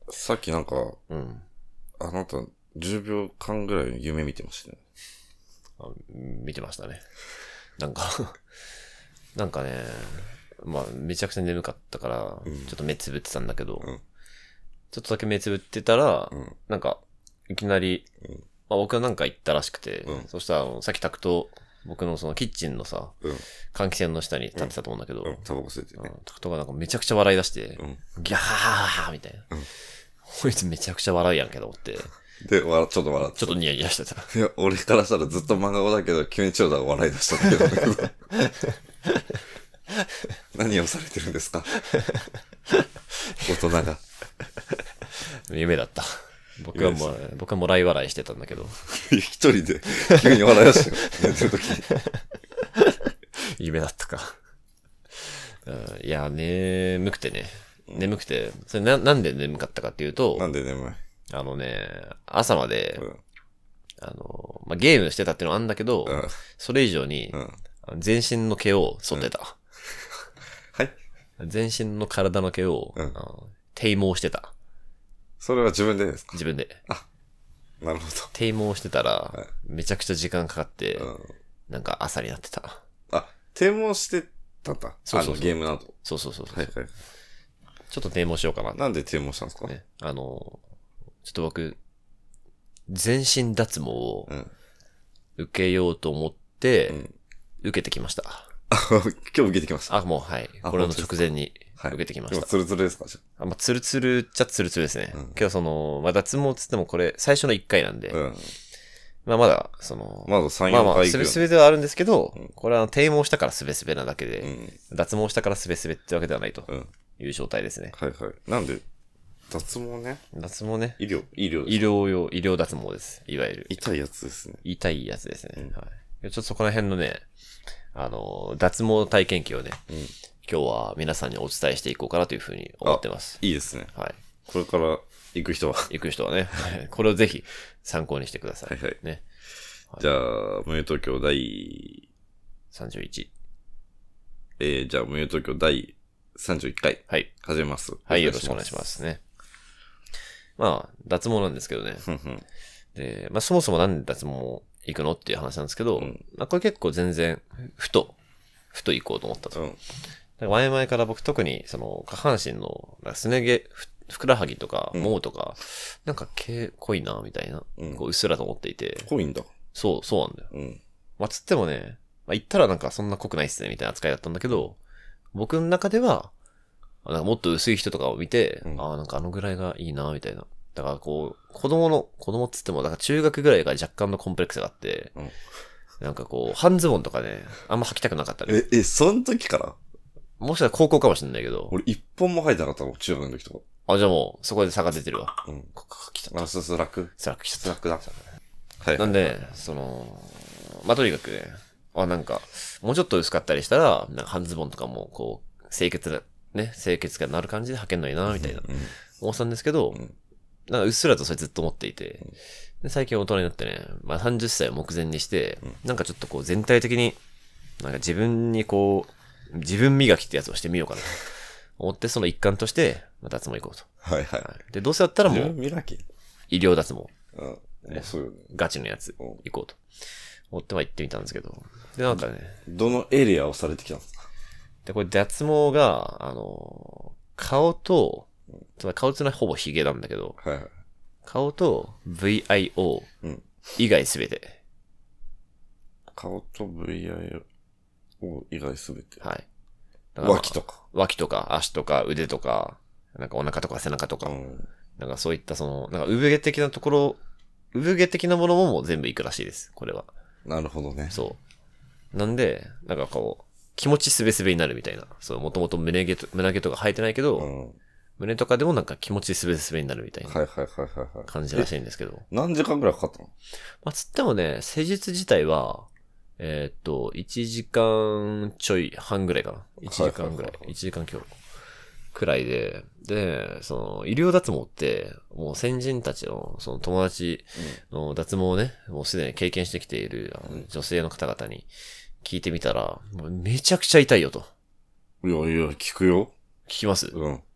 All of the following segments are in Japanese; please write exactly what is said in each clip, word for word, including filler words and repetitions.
さっきなんか、 うん。 あなたじゅうびょうかんぐらい夢見てましたね。 あ見てましたね。なんか、なんかね、まあ、めちゃくちゃ眠かったから、 うん、 ちょっと目つぶってたんだけど、 うん、 ちょっとだけ目つぶってたら、 うん、 なんか、いきなり、 うん、 まあ、僕はなんか行ったらしくて、 うん、 そしたらあの、さっきタクト、僕のそのキッチンのさ、 うん、 換気扇の下に立ってたと思うんだけど、 うん、タバコ吸ってね。 タクトがなんかめちゃくちゃ笑い出して、 うん、 ギャーみたいな。 うん、 こいつめちゃくちゃ笑いやんけと思って、 で、わちょっと笑って。 ちょっとニヤニヤしてた。 いや、俺からしたらずっと漫画語だけど、急に長田が笑い出したんだけど。何をされてるんですか大人が。 夢だった。僕はもう、僕はもらい笑いしてたんだけど。 一人で急に笑い出してる。寝てる時に。 夢だったか。うん、いや、眠くてね。眠くて、それな、なんで眠かったかっていうと、 なんで眠いあのね、朝まで、 うん、 あの、まあ、ゲームしてたっていうのはあるんだけど、 うん、 それ以上に、 うん、 全身の毛を剃ってた。 うん。はい全身の体の毛を、 うん、 剃毛してた。 それは自分でですか？ 自分で。 あ、なるほど。 剃毛してたら、 はい、 めちゃくちゃ時間かかって、 うん、 なんか朝になってた。 あ、低毛してたんだ。 そうそうそう。 あのゲームなど。 そうそうそうそう。 はいはい。 ちょっと剃毛しようかな。 なんで低毛したんですか？ ね。あの、ちょっと僕、全身脱毛を受けようと思って、うん、受けてきました。 今日受けてきました。 あ、もうはい。これの直前に受けてきました。 今ツルツルですか？ あ、まあ、ツルツルっちゃツルツルですね。うん、けどその、まあ、脱毛つってもこれ最初のいっかいなんで、うん、まあまだ、その、 まださん、よんかい。 まあまあ、スベスベではあるんですけど、うん、これは低毛したからスベスベなだけで、うん、脱毛したからスベスベってわけではないという状態ですね。 うん、はいはい。なんで、脱毛ね。 脱毛ね。 医療、医療医療用、医療脱毛です。いわゆる。 痛いやつですね。 痛いやつですね。うん、はい。ちょっとそこら辺のね、あの、脱毛体験記をね、うん、今日は皆さんにお伝えしていこうかなというふうに思ってます。 いいですね。 はい。 これから行く人は。 行く人はね、これをぜひ参考にしてください。 はいはい。 ね。 はい、じゃあ、無友東京第さんじゅういち。 えー、じゃあ、無友東京第さんじゅういっかい。 はい。 始めます。 はい、よろしくお願いしますね。まあ、脱毛なんですけどね。で、まあそもそもなんで脱毛行くのっていう話なんですけど、うん、まあこれ結構全然、ふと、ふと行こうと思ったと。うん、前々から僕特にその下半身のすね毛、ふくらはぎとか、ももとか、うん、なんか毛濃いな、みたいな、うん、こううっすらと思っていて。 濃いんだ。 そう、そうなんだよ。うん、まあつってもね、まあ言ったらなんかそんな濃くないっすね、みたいな扱いだったんだけど、僕の中では、なんかもっと薄い人とかを見て、うん、ああ、なんかあのぐらいがいいな、みたいな。だからこう、子供の、子供っつっても、だから中学ぐらいが若干のコンプレックスがあって、うん、なんかこう、半ズボンとかね、あんま履きたくなかったり。 え、え、その時からもしかしたら高校かもしれないけど。 俺一本も履いてなかったの、中学の時とか。 あ、じゃあもう、そこで差が出てるわ。うん。ここ来た。あ、ススラックスラック来た。 スラックだ。はい。 なんで、その、まあ、とにかくね、あ、なんか、もうちょっと薄かったりしたら、なんか半ズボンとかも、こう、清潔だ、ね、清潔感のある感じで履けんのにな、みたいな、うん、思ってたんですけど、うん、なんかうっすらとそれずっと思っていて、うん、で最近大人になってね、まあさんじゅっさいを目前にして、うん、なんかちょっとこう全体的に、なんか自分にこう、自分磨きってやつをしてみようかなと思って、その一環として、まあ、脱毛行こうと。 はいはい。はい、 で、どうせだったらもう、 自分磨き医療脱毛。 うん。ね、そうよね。 ガチのやつ、行こうと。思っては行ってみたんですけど。で、なんかね。 どのエリアをされてきたんですか？ で、これ脱毛が、あの、顔と、顔ってのはほぼヒゲなんだけど、はいはい、顔と ブイアイオー 以外すべて、 うん。顔と ブイアイオー 以外すべて。 はい。 だからまあ、脇とか。 脇とか足とか腕とか、なんかお腹とか背中とか、うん、なんかそういったその、なんか産毛的なところ、産毛的なものももう全部いくらしいです、これは。 なるほどね。 そう。なんで、なんかこう、気持ちすべすべになるみたいな。そう、もともと胸毛と、胸毛とか生えてないけど、うん、胸とかでもなんか気持ちすべすべになるみたいな。 はいはいはいはい。 感じらしいんですけど。 何時間くらいかかったの？ まあ、つってもね、施術自体は、えー、っと、いちじかんちょい半ぐらいかな。いちじかんぐらい。いちじかん強くらいで、で、その、医療脱毛って、もう先人たちの、その友達の脱毛をね、もうすでに経験してきている女性の方々に聞いてみたら、もうめちゃくちゃ痛いよと。 いやいや、聞くよ。 聞きます？ うん。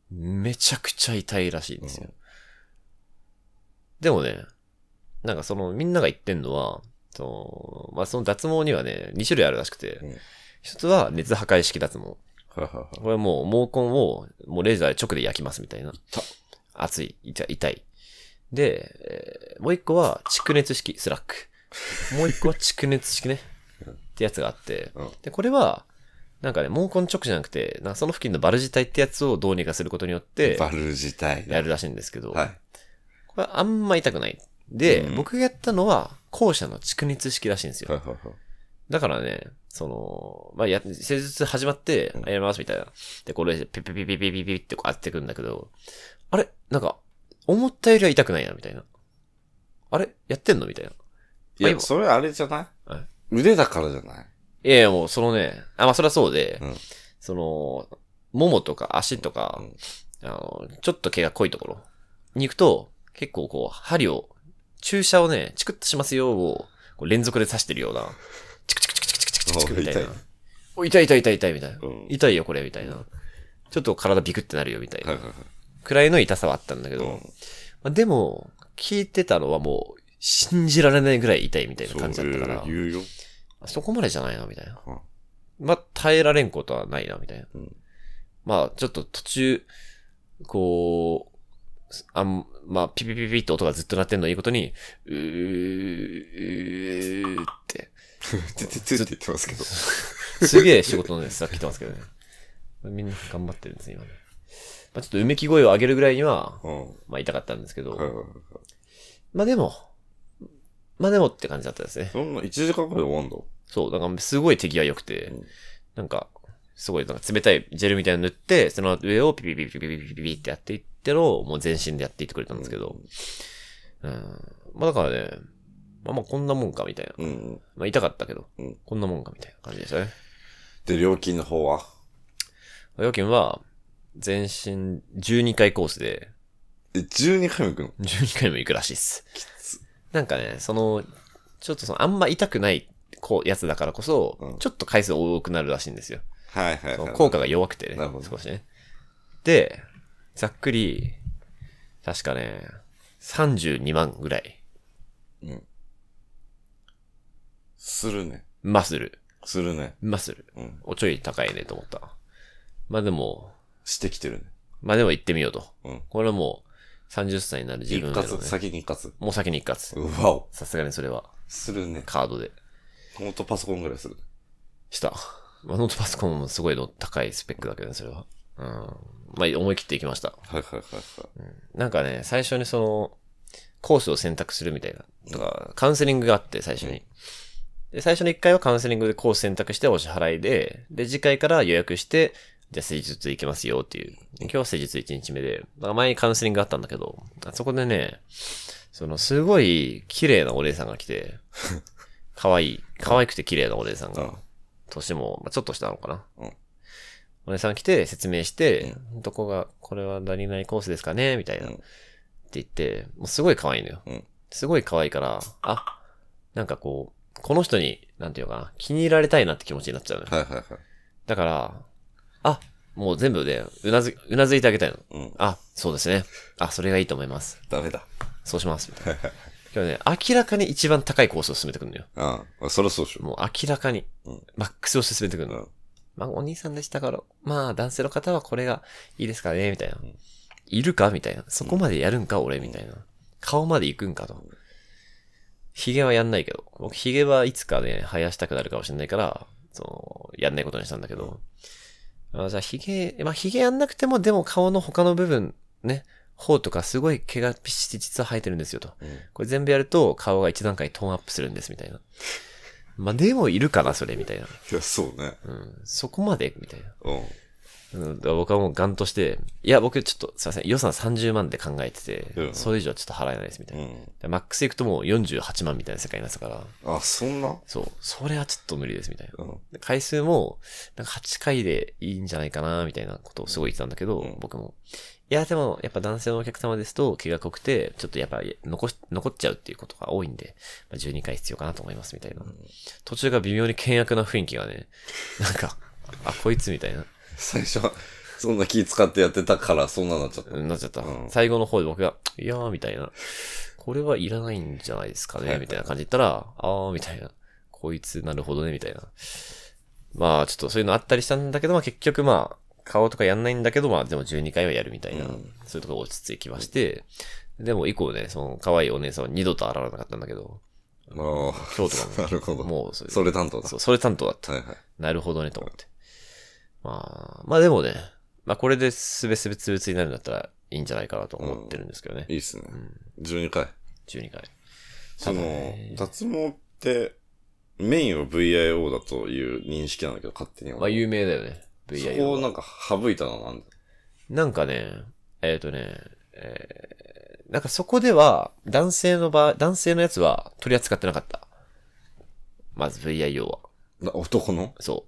めちゃくちゃ痛いらしいんですよ。うん、でもね、なんかそのみんなが言ってんのは、そのまあその脱毛にはね、に種類あるらしくて、うん、一つは熱破壊式脱毛。これはもう毛根をもうレーザーで直で焼きますみたいな。熱い、痛い、痛い。で、えー、もう一個は蓄熱式スラック。もう一個は蓄熱式ね。ってやつがあって、うん、で、これは、なんかね、毛根直じゃなくて、なんかその付近のバルジ体ってやつをどうにかすることによって、 バルジ体やるらしいんですけど、 はい、 これはあんま痛くない。で、うん、僕がやったのは、後者の蓄熱式らしいんですよ。はいはいはい、だからね、その、まあ、や、施術始まって、うん、やりますみたいな。で、これ、ピピピピピピピってこうやってくるんだけど、あれなんか、思ったよりは痛くないな、みたいな。あれやってんのみたいな。 いや、それあれじゃない、はい、腕だからじゃない？ いやいや、もうそのね、あ、まあそりゃそうで、うん、その、ももとか足とか、うん、あの、ちょっと毛が濃いところに行くと、結構こう、針を、注射をね、チクッとしますよを、こう連続で刺してるような、チクチクチクチクチクチクチクみたいな。お、痛い痛い痛い痛いみたいな。うん、痛いよこれみたいな。ちょっと体ビクってなるよみたいな。くらいの痛さはあったんだけど、うん、まあ、でも、聞いてたのはもう、信じられないぐらい痛いみたいな感じだったから、 そう、言うよ。 そこまでじゃないな、みたいな。うん、まあ、耐えられんことはないな、みたいな。うん、まあ、ちょっと途中、こう、あん、まあ、ピピピピって音がずっと鳴ってんのいいことに、うー、うーって。 てててって言ってますけど。 すげえ仕事のね、さっき言ってますけどね。みんな頑張ってるんですね、今ね。まあ、ちょっとうめき声を上げるぐらいには、うん、まあ痛かったんですけど、まあでも、まあでもって感じだったですね。 そんないちじかんくらいで終わんだ。 そう、だからすごい手際良くて、うん、なんか、すごいなんか冷たいジェルみたいなの塗って、その上をピピピピピピピピピってやっていってのをもう全身でやっていってくれたんですけど、うん、うん、まあだからね、まあまあこんなもんかみたいな。うん、まあ痛かったけど、うん、こんなもんかみたいな感じでしたね。 で、料金の方は料金は、全身じゅうにかいコースで。 え、じゅうにかいも行くの ? じゅうに 回も行くらしいっす。きつ。なんかね、その、ちょっとその、あんま痛くないこうやつだからこそ、うん、ちょっと回数多くなるらしいんですよ。 はいはいはい。 効果が弱くてね。なるほど。少しね。で、ざっくり、確かね、さんじゅうにまんぐらい。うん。 するね。 まあする。 するね。 まあする。うん。おちょい高いねと思った。まあでも、 してきてるね。 まあでも行ってみようと。うん。これはもう、さんじゅっさいになる自分で、ね。 一括、先に一括。 もう先に一括。 うわお。 さすがにそれは。 するね。 カードで。 ノートパソコンぐらいする。 した。まあ、ノートパソコンもすごいの高いスペックだけどね、それは。うん。まあ、思い切っていきました。 はいはいはいはい。 うん、なんかね、最初にその、コースを選択するみたいな、とか、うん、カウンセリングがあって、最初に。で、最初のいっかいはカウンセリングでコース選択してお支払いで、で、次回から予約して、じゃあ施術行けますよっていう。今日は施術いちにちめで、だから前にカウンセリングがあったんだけど、あそこでね、その、すごい綺麗なお姉さんが来て、可愛い、可愛くて綺麗なお姉さんが、年も、まあ、ちょっとしたのかな。うん、お姉さんが来て説明して、うん、どこが、これは何々コースですかねみたいな、うん。って言って、もうすごい可愛いのよ。うん、すごい可愛いから、あ、なんかこう、この人に、なんていうのかな、気に入られたいなって気持ちになっちゃうのよ。 はいはいはい。だから、あ、もう全部で、うなず、うなずいてあげたいの。うん、あ、そうですね。あ、それがいいと思います。 ダメだ。 そうします。みたいな。今日ね、明らかに一番高いコースを進めてくるのよ。 ああ、そりゃそうでしょ。 もう明らかに、うん、マックスを進めてくるの。うん、まあ、お兄さんでしたから、まあ、男性の方はこれがいいですかねみたいな。うん、いるかみたいな。そこまでやるんか、うん、俺みたいな。顔まで行くんかと。髭はやんないけど。僕、髭はいつかね、生やしたくなるかもしれないから、その、やんないことにしたんだけど。あ、じゃあ、髭、まあ、髭やんなくても、でも顔の他の部分、ね。頬とかすごい毛がピシッて実は生えてるんですよと。うん、これ全部やると顔が一段階トーンアップするんですみたいな。まあ、でもいるかなそれみたいな。いや、そうね。 うん。そこまでみたいな。うん。うん、僕はもうガンとして、いや、僕ちょっとすいません、予算さんじゅうまんで考えてて、うん、それ以上はちょっと払えないですみたいな。うん、マックスいくともうよんじゅうはちまんみたいな世界になったから。 あ、そんな？ そう。それはちょっと無理ですみたいな。うん、回数も、なんかはちかいでいいんじゃないかなみたいなことをすごい言ってたんだけど、うん、僕も。いや、でも、やっぱ男性のお客様ですと、毛が濃くて、ちょっとやっぱ残し、残っちゃうっていうことが多いんで、まあ、じゅうにかい必要かなと思いますみたいな。うん、途中が微妙に険悪な雰囲気がね、なんか、あ、こいつみたいな。 最初、 そんな気使ってやってたから、そんなになっちゃった。 なっちゃった。 うん最後の方で僕が、いやー、みたいな。これはいらないんじゃないですかね、みたいな感じで言ったら、あー、みたいな。こいつ、なるほどね、みたいな。まあ、ちょっとそういうのあったりしたんだけど、まあ結局まあ、顔とかやんないんだけど、まあでもじゅうにかいはやるみたいな。うん、そういうところ落ち着きまして、でも以降ね、その可愛いお姉さんは二度と現れなかったんだけど、 ああ、 今日とかも。 なるほど。 もうそれ、 それ担当だ。 そう、それ担当だった。 はいはい。 なるほどね、と思って。まあ、まあでもね、まあこれですべすべつぶつになるんだったらいいんじゃないかなと思ってるんですけどね。 うん、いいっすね。うん、じゅうにかい。 じゅうにかい。 その、脱毛って、メインは ブイアイオー だという認識なんだけど、勝手には。 まあ有名だよね。ブイアイオー。 そこをなんか省いたのはなんだ？ なんかね、えっとね、えー、なんかそこでは、男性の場合、男性のやつは取り扱ってなかった。まず ブイアイオー は。 男の？ そう。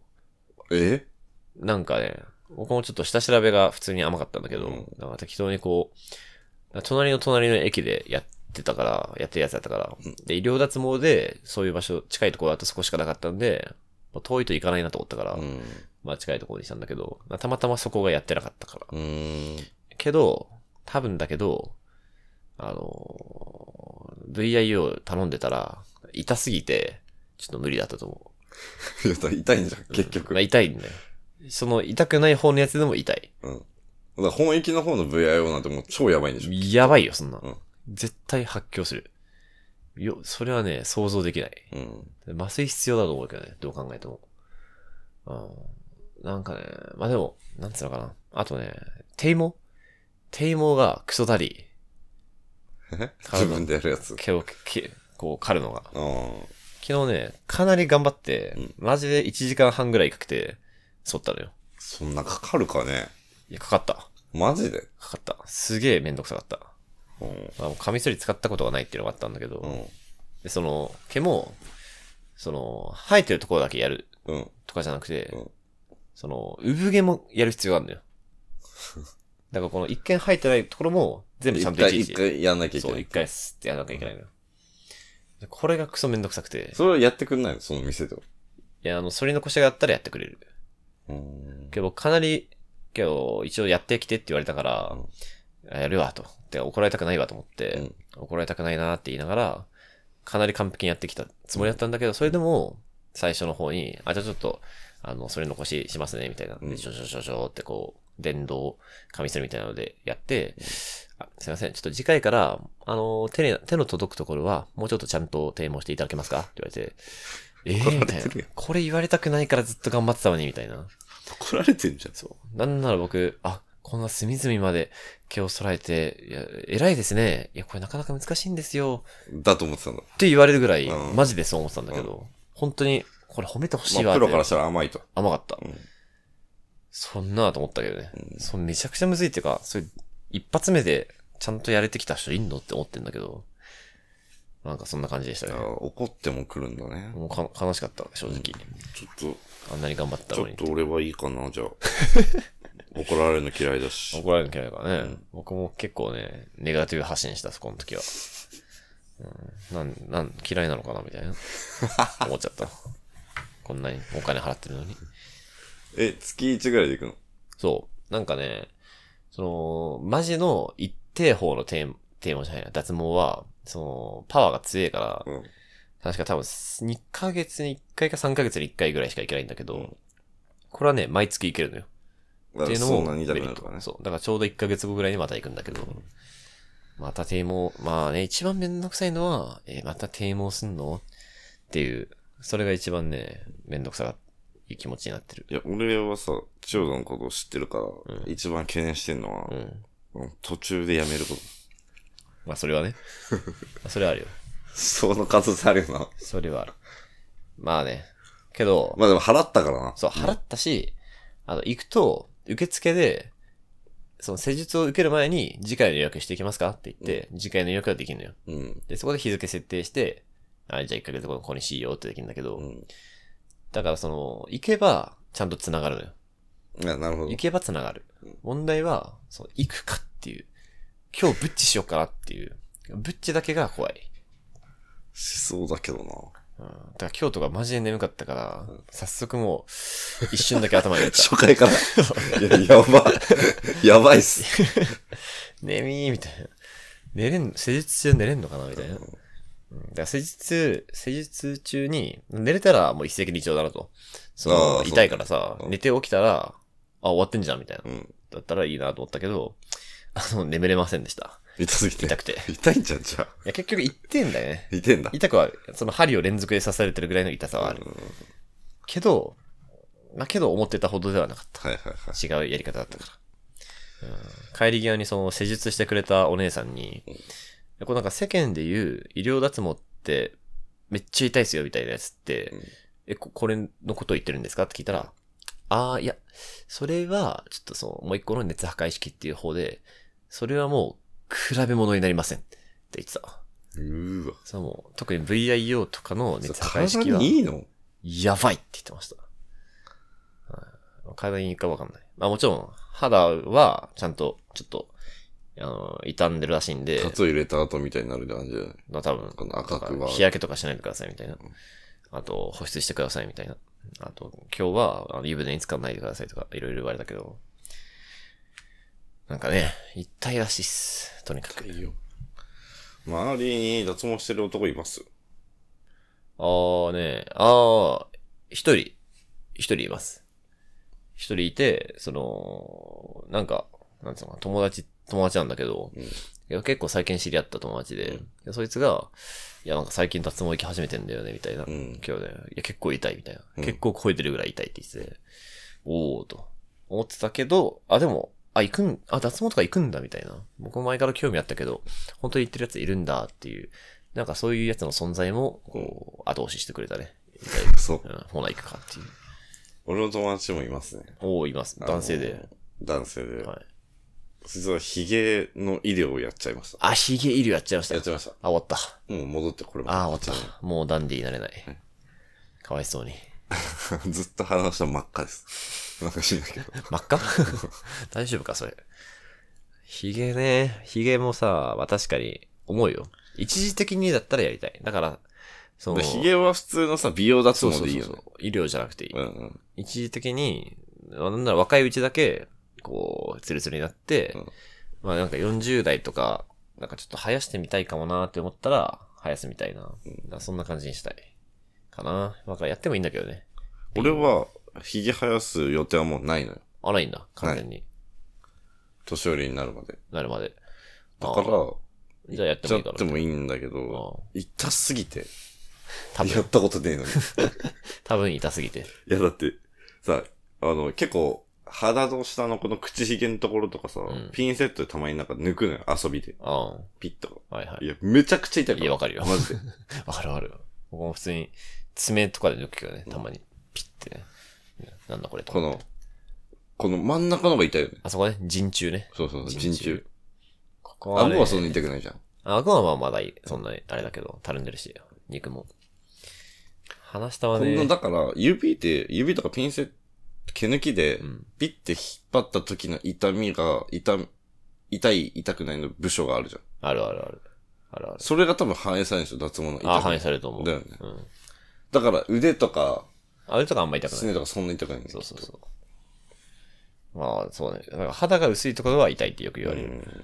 え？ なんかね、僕もちょっと下調べが普通に甘かったんだけど、うん、なんか適当にこう、隣の隣の駅でやってたから、やってるやつだったから、うん、で、医療脱毛でそういう場所、近いところだとそこしかなかったんで、遠いと行かないなと思ったから、うん、まあ近いところにしたんだけど、たまたまそこがやってなかったから。 うーんけど、多分だけど、あのー、ブイアイオー 頼んでたら、痛すぎて、ちょっと無理だったと思う。痛いんじゃん、結局。 うん、まあ、痛いんだよ。その痛くない方のやつでも痛い。 うん。だから本域の方の ブイアイオー なんてもう超やばいんでしょ。 やばいよ、そんな。 うん、 絶対発狂する。よ、それはね、想像できない。うん。麻酔必要だと思うけどね、どう考えても。うん。なんかね、まあでも、なんつうのかな。あとね、低毛低毛がクソだり。 え自分でやるやつ。 毛を、毛、こう刈るのが。 うん昨日ね、かなり頑張って、うん、マジでいちじかんはんぐらいかけて、剃ったのよ。 そんなかかるかね？ いや、かかった。 マジで？ かかった。すげえめんどくさかった。 うん。 まあ、カミソリ使ったことがないっていうのがあったんだけど、うん、で、その、毛も、その、生えてるところだけやる、とかじゃなくて、うん、その、産毛もやる必要があるのよ。だからこの一見生えてないところも、全部ちゃんといちいち。 一回、一回やんなきゃいけない。 そう、一回スってやらなきゃいけないのよ。これがクソめんどくさくて。 それはやってくんないのその店では。 いや、あの、反り残しがあったらやってくれる。 うん。 けど、かなり、けど、一応やってきてって言われたから、うん、やるわと。で、怒られたくないわと思って、うん、怒られたくないなって言いながら、かなり完璧にやってきたつもりだったんだけど、それでも、最初の方に、あ、じゃあちょっと、あの、反り残ししますね、みたいな。で、ショショショショってこう、電動、カミソリみたいなのでやって、うん、あ、すいません。ちょっと次回から、あの、手に、手の届くところは、もうちょっとちゃんと啓蒙していただけますかって言われて、えー、みたいな。これ言われたくないからずっと頑張ってたのに、みたいな。 怒られてんじゃん。 そう。なんなら僕、あ、こんな隅々まで毛を揃えて、いや、偉いですね。いや、これなかなか難しいんですよ。 だと思ってたんだ。 って言われるぐらい、うん、マジでそう思ってたんだけど、うん、本当に、これ褒めてほしいわって。 まあ、プロからしたら甘いと。 甘かった。 うん、 そんなと思ったけどね。うん、そめちゃくちゃむずいっていうか、それ、一発目で、ちゃんとやれてきた人いんのって思ってんだけど、なんかそんな感じでしたね。 怒っても来るんだね。 もうか悲しかった、正直、うん。ちょっと、 あんなに頑張ったのに。 ちょっと俺はいいかな、じゃあ。怒られるの嫌いだし。 怒られるの嫌いだからね、うん。僕も結構ね、ネガティブ発信した、そこの時は。うん、なん、なん、嫌いなのかな、みたいな。思っちゃった。こんなにお金払ってるのに。 え、月いちぐらいで行くの？ そう。なんかね、その、マジの一定法のテーマ、テーマじゃないな、脱毛は、その、パワーが強いから、うん、確か多分にかげつにいっかいかさんかげつにいっかいぐらいしか行けないんだけど、うん、これはね、毎月行けるのよ。っていうのもメリット、ね、そう。だからちょうどいっかげつごぐらいにまた行くんだけど、うん、また低毛、まあね、一番めんどくさいのは、えー、また低毛すんのっていう、それが一番ね、めんどくさいい気持ちになってる。 いや、俺はさ、千代田のことを知ってるから、うん、一番懸念してんのは、うん、途中でやめること。 まあそれはね。それはあるよ。 その可能性あるよな。 それはある。まあね。けど。 まあでも払ったからな。 そう、払ったし、うん、あの、行くと、受付で、その施術を受ける前に、次回の予約していきますかって言って、うん、次回の予約ができるのよ。うん。で、そこで日付設定して、あ、じゃあいっかげつごここにしようってできるんだけど、うん、だからその、行けば、ちゃんと繋がるのよ。 いや、なるほど。 行けば繋がる。うん、問題は、その、行くかっていう。今日ブッチしようかなっていう。ブッチだけが怖い。 しそうだけどな。 うん。だから今日とかマジで眠かったから、うん、早速もう、一瞬だけ頭に入れた。 初回から。いや、やば。やばいっす。 眠いみたいな。寝れん、施術中寝れんのかなみたいな。うん、だから施術、施術中に、寝れたらもう一石二鳥だなと。その、痛いからさ、寝て起きたら、あ、終わってんじゃんみたいな。うん、だったらいいなと思ったけど、あの、眠れませんでした。 痛すぎて。 痛くて。 痛いんじゃん、じゃあ。 いや、結局痛いんだよね。 痛いんだ。 痛くは、その針を連続で刺されてるぐらいの痛さはある。けど、まあ、けど思ってたほどではなかった。 はいはいはい。 違うやり方だったから。うん、帰り際にその施術してくれたお姉さんに、うん、こうなんか世間で言う医療脱毛ってめっちゃ痛いっすよみたいなやつって、うん、え、こ、これのことを言ってるんですかって聞いたら、ああ、いや、それは、ちょっとその、もう一個の熱破壊式っていう方で、それはもう、比べ物になりません。って言ってた。 うーわ。 そう、もう、特に ブイアイオー とかの熱破壊式は、 いいの？ やばいって言ってました。体にいいかわかんない。まあもちろん、肌は、ちゃんと、ちょっと、あの、傷んでるらしいんで。 タトゥー入れた後みたいになる感じじゃない？ まあ多分、 この赤くは。 日焼けとかしないでくださいみたいな。あと、保湿してくださいみたいな。あと、今日は、あの湯船に浸かんないでくださいとか、いろいろ言われたけど。なんかね、痛いらしいっす。とにかく。いいよ。 周りに脱毛してる男います？ あーね、あー、一人、一人います。一人いて、その、なんか、なんつうのかな、友達、友達なんだけど、うん、いや結構最近知り合った友達で、うん、そいつが、いやなんか最近脱毛行き始めてんだよね、みたいな。うん、今日で、いや結構痛いみたいな。うん、結構超えてるぐらい痛いって言ってて、おーと思ってたけど、あ、でも、あ、行くん、あ、脱毛とか行くんだみたいな。僕も前から興味あったけど、本当に行ってるやついるんだっていう、なんかそういうやつの存在も、こう、後押ししてくれたね。 そう。 うん、ほな行くかっていう。 俺の友達もいますね。 おー、います。男性で。 男性で。はい。実はヒゲの医療をやっちゃいました。 あ、ヒゲ医療やっちゃいました。 やっちゃいました。 あ、終わった。 もう戻ってこれまで。あ、終わった。もうダンディーになれない。はい、かわいそうに。 ずっと鼻の下真っ赤です。なんか知んないけど。 真っ赤大丈夫か、それ。ヒゲね。ヒゲもさ、まあ、確かに思うよ。一時的にだったらやりたい。だから、 その。ヒゲは普通のさ、美容脱毛でいいよね。そうそうそう。 医療じゃなくていい。うんうん、一時的に、なんなら若いうちだけ、こう、ツルツルになって、うん、まあなんかよんじゅう代とか、なんかちょっと生やしてみたいかもなーって思ったら、生やすみたいな。うん、そんな感じにしたい。かな。まあやってもいいんだけどね。 俺は、ヒゲ生やす予定はもうないのよ。 あ、ないんだ。完全に。 年寄りになるまで。 なるまで。 だから、 じゃあやってもいいから。 やってもいいんだけど、痛すぎて。多分やったことねえのに。 多分痛すぎて。 いやだって、さ、あの、結構、肌の下のこの口ひげのところとかさ、うん、ピンセットでたまになんか抜くのよ、遊びで。ああ。ピッと。 はいはい。 いや、めちゃくちゃ痛いから。 いや、わかるよ。 マジで。 わかるわかる。僕も普通に、爪とかで抜くけどね、たまに。ピッてね。なんだこれと。 この、この真ん中のが痛いよね。 あそこね、陣中ね。 そうそう、陣中。ここは、ね。顎はそんなに痛くないじゃん。 顎はまあまだいい。そんなに、あれだけど、たるんでるし、肉も。鼻下はね。 この、だから、指って、指とかピンセット、毛抜きで、ピッて引っ張った時の痛みが、痛、痛い、痛くないの部署があるじゃん。 あるあるある。あるある。 それが多分反映されるんですよ、脱毛の痛み。 ああ、反映されると思う。 だよね。うん。だから腕とか、 あ、腕とかあんま痛くない。 すねとかそんな痛くない。 そうそうそう。まあ、そうね。だから肌が薄いところは痛いってよく言われる。うん。ね。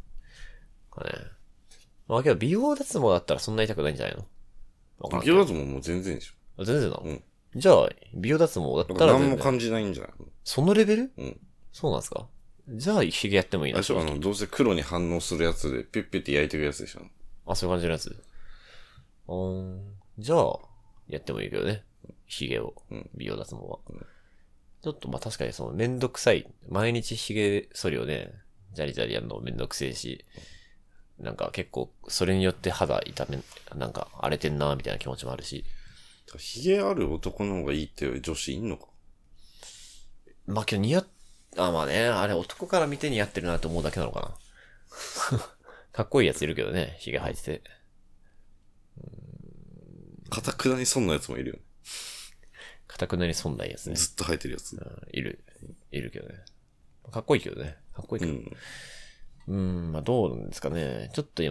まあけど美容脱毛だったらそんな痛くないんじゃないの？ 美容脱毛もう全然でしょ。全然なの？うん。じゃあ、美容脱毛だったら何も感じないんじゃないの？ そのレベル？ うん。 そうなんですか？じゃあ、ヒゲやってもいいな。 あ、そう、あの、どうせ黒に反応するやつで、ピュッピュって焼いてくやつでしょ。 あ、そういう感じのやつ。うーん。じゃあ、やってもいいけどね。ヒゲを。うん、美容脱毛は。うん、ちょっと、まあ、確かにその、めんどくさい。毎日ヒゲ剃りをね、ジャリジャリやるのめんどくせえし、なんか結構、それによって肌痛め、なんか荒れてんな、みたいな気持ちもあるし。 ヒゲある男の方がいいって女子いんのか？ まあ、けど似合っ、あ、まあね、あれ男から見て似合ってるなと思うだけなのかな。かっこいいやついるけどね、ヒゲ生えてて。 かたくなに損なやつもいるよね。 かたくなに損ないやつね。 ずっと生えてるやつ。 いる。いるけどね。かっこいいけどね。かっこいいけど。うん、うん、まあどうなんですかね。ちょっと今、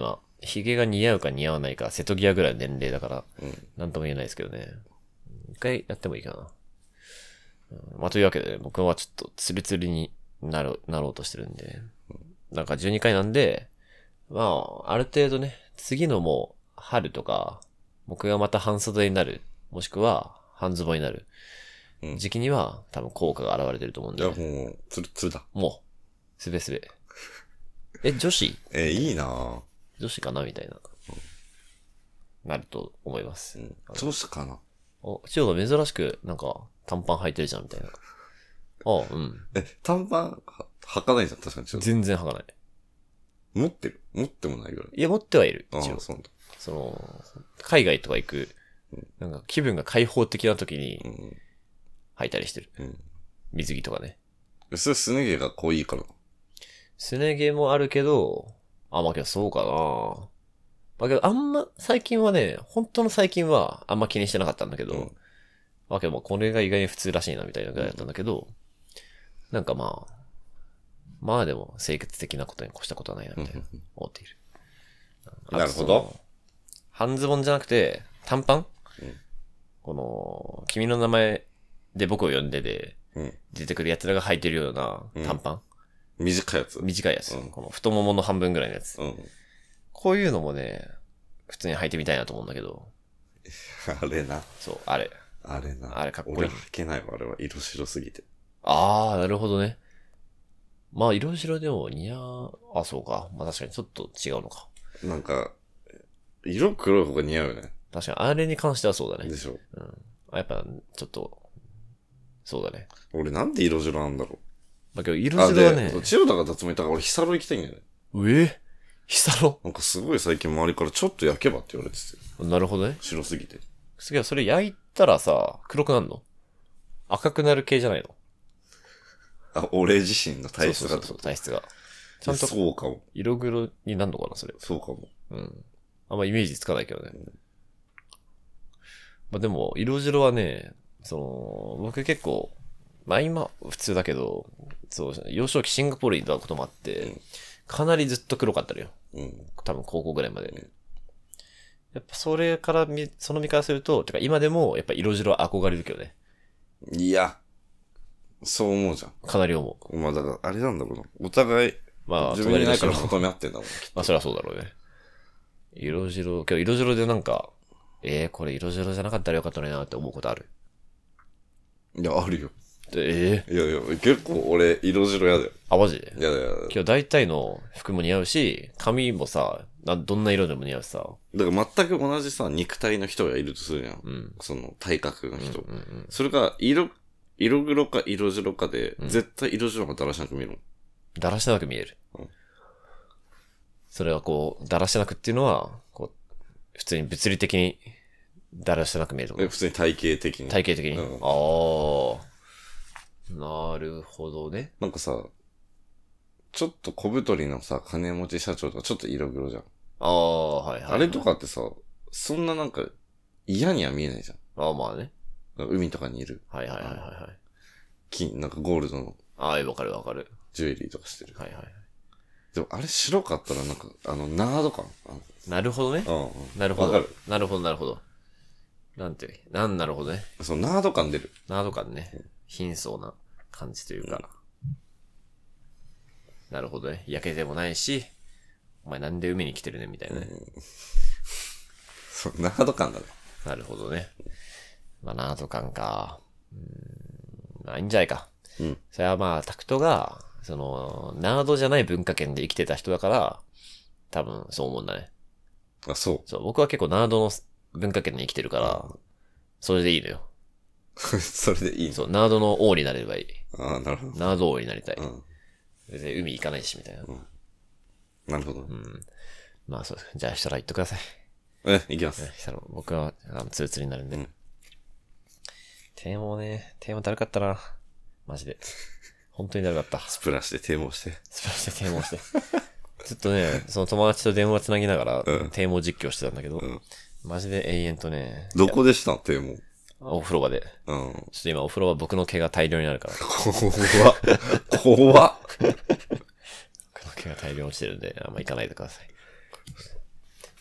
髭が似合うか似合わないか、瀬戸際ぐらいの年齢だから、 うん。 なんとも言えないですけどね。一回やってもいいかな。うん、まあ、というわけで、僕はちょっとツルツルになろう、なろうとしてるんで、なんかじゅうにかいなんで、まあ、ある程度ね、次のもう、春とか、僕がまた半袖になる、もしくは半ズボンになる時期には、多分効果が現れてると思うんで。 いや、もう、ツルツルだ。 もう、すべすべ。え、女子え、いいなぁ。 女子かなみたいな、うん。なると思います。 うん、女子かな。 お、千代が珍しく、なんか、短パン履いてるじゃん、みたいな。あ、うん。 え、短パンは履かないじゃん、確かに。 全然履かない。 持ってる持ってもないぐらい。 いや、持ってはいる。 一応。ああ、そうなんだ。 その、海外とか行く、なんか気分が開放的な時に、履いたりしてる。うん、水着とかね。 それすね毛が濃いから。 すね毛もあるけど、あ、まあけどそうかな。まあけどあんま、最近はね、本当の最近はあんま気にしてなかったんだけど、うん、まあけどもこれが意外に普通らしいなみたいなぐらいだったんだけど、うん、なんかまあ、まあでも清潔的なことに越したことはないなみたいな思っている。 なるほど。 半ズボンじゃなくて、短パン、 うん、 この、君の名前で僕を呼んでで、うん、出てくる奴らが履いてるような短パン、 うん、短いやつ短いやつ、うん。この太ももの半分ぐらいのやつ。うん、こういうのもね、普通に履いてみたいなと思うんだけど。 あれな。 そう、あれ。 あれな。 あれかっこいい。 俺履けないわ、あれは。色白すぎて。 あー、なるほどね。まあ、色白でも似合う、あ、そうか。まあ確かにちょっと違うのか。 なんか、色黒い方が似合うよね。 確かに、あれに関してはそうだね。 でしょ。 うん。やっぱ、ちょっと、そうだね。 俺なんで色白なんだろう。 だけど、色白はね。 千代田が脱毛いたから俺、ヒサロ行きたいんだよね。 えヒサロなんかすごい最近周りからちょっと焼けばって言われてて。 なるほどね。 白すぎて。 すげえ、それ焼いたらさ、黒くなるの？赤くなる系じゃないの？ あ、俺自身の体質が。 そうそうそう、体質が。ちゃんと。 そうかも。 色黒になるのかな、それ。 そうかも。 うん。あんまイメージつかないけどね。うん、まあでも、色白はね、その、僕結構、まあ今、普通だけど、そう、幼少期シンガポールにいたこともあって、うん、かなりずっと黒かったのよ。うん。多分高校ぐらいまで。うん、やっぱそれからみ、その身からすると、てか今でもやっぱ色白は憧れるけどね。 いや、そう思うじゃん。 かなり思う。まあだから、あれなんだろうな。お互い、まあ、自分にないから求め合ってんだもん。 まあそりゃそうだろうね。色白、今日色白でなんか、えー、これ色白じゃなかったらよかったのになって思うことある？ いや、あるよ。 ええー、 いやいや、結構俺、色白嫌だよ。 あ、マジで？ いやいやいや。 今日大体の服も似合うし、髪もさ、などんな色でも似合うしさ。 だから全く同じさ、肉体の人がいるとするじゃん。うん、その、体格の人。うんうんうん、それが、色、色黒か色白かで、うん、絶対色白がだらしなく見えるもん。 だらしなく見える。うん、それはこう、だらしなくっていうのは、こう、普通に物理的に、だらしなく見えるとか。 普通に体型的に。 体型的に。うん、ああ。なるほどね。 なんかさ、ちょっと小太りのさ、金持ち社長とかちょっと色黒じゃん。 ああ、はいはい、はい。 あれとかってさ、そんななんか嫌には見えないじゃん。 ああ、まあね。 海とかにいる。 はいはいはいはい。 金、なんかゴールドの。 ああ、わかるわかる。 ジュエリーとかしてる。 はいはい。 でもあれ白かったらなんか、あの、ナード感。 なるほどね。 うん、うん。 なるほど。 わかる。 なるほどなるほど。なんて、なんなるほどね。 そう、ナード感出る。 ナード感ね。貧相な感じというか。うん、なるほどね。焼けてもないし、お前なんで海に来てるねみたいなね。うん、 そう、ナード感だね。 なるほどね。まあ、ナード感か。うーん、まあ、いいんじゃないか。うん。それはまあ、タクトが、その、ナードじゃない文化圏で生きてた人だから、多分そう思うんだね。 あ、そう。 そう、僕は結構ナードの文化圏で生きてるから、それでいいのよ。 それでいいの？ そう、ナードの王になればいい。 ああ、なるほど。 ナード王になりたい。うん。別に海行かないし、みたいな。うん。 なるほど。 うん。まあそうです。じゃあ、したら行ってください。 え、行きます。 したら僕は、あの、ツルツルになるんで。うん。テーマね、テーマだるかったな。マジで。本当にだるかった。 スプラッシュでテーマをして。 スプラッシュでテーマをして。ずっとね、その友達と電話つなぎながら、うん、テーマ実況してたんだけど、うん、マジで永遠とね。 どこでしたテーマ？ お風呂場で。うん。ちょっと今お風呂場僕の毛が大量になるから。 怖っ。怖っ。 僕の毛が大量にしてるんで、あんま行かないでください。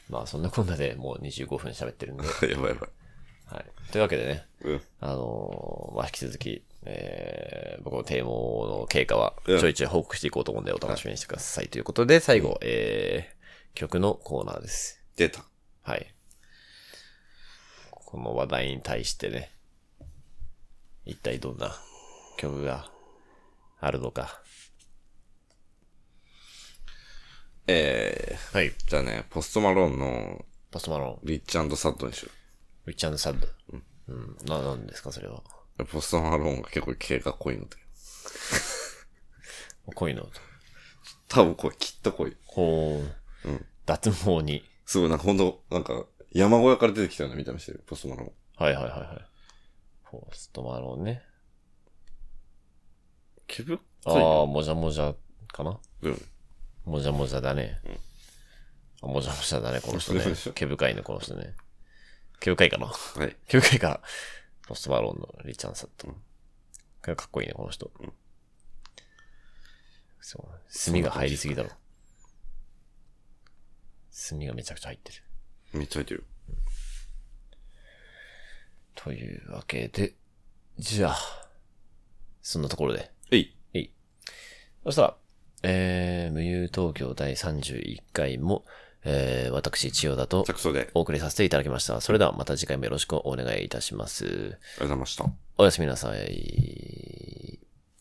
まあそんなこんなでもうにじゅうごふん喋ってるんで。 やばいやばい。 はい。というわけでね。 うん。 あのー、まあ引き続き、えー、僕の堤防の経過はちょいちょい報告していこうと思うんでお楽しみにしてください。ということで、最後、うん、えー、曲のコーナーです。 出た。 はい。この話題に対してね、一体どんな曲があるのか。 えー、はい。じゃあね、ポストマローンの、 ポストマローン。 リッチ&サッドにしよう。リッチ&サッド。うん。うん。な、なんですか、それは。 ポストマローンが結構毛が濃いので。 濃いの多分これきっと濃い。 ほう。うん。脱毛に。 すごい、なんかほんと、なんか、山小屋から出てきたような見た目してる、ポストマローン。 はいはいはいはい。ポストマローンね。 毛深い。 ああ、もじゃもじゃかなうん。 もじゃもじゃだね。うん。あ、もじゃもじゃだね、この人ね。毛深いね、この人ね。毛深いかなはい。毛深いか。ポストマローンのリチャンサット。うん、かっこいいね、この人。うん、そう。墨が入りすぎだろ。墨がめちゃくちゃ入ってる。 めっちゃ入ってる。うん、 というわけで、じゃあ、そんなところで。 えい。 えい。そしたら、えー、無憂東京だいさんじゅういっかいも、えー、私、千代田と、お送りさせていただきました。それではまた次回もよろしくお願いいたします。ありがとうございました。 おやすみなさい。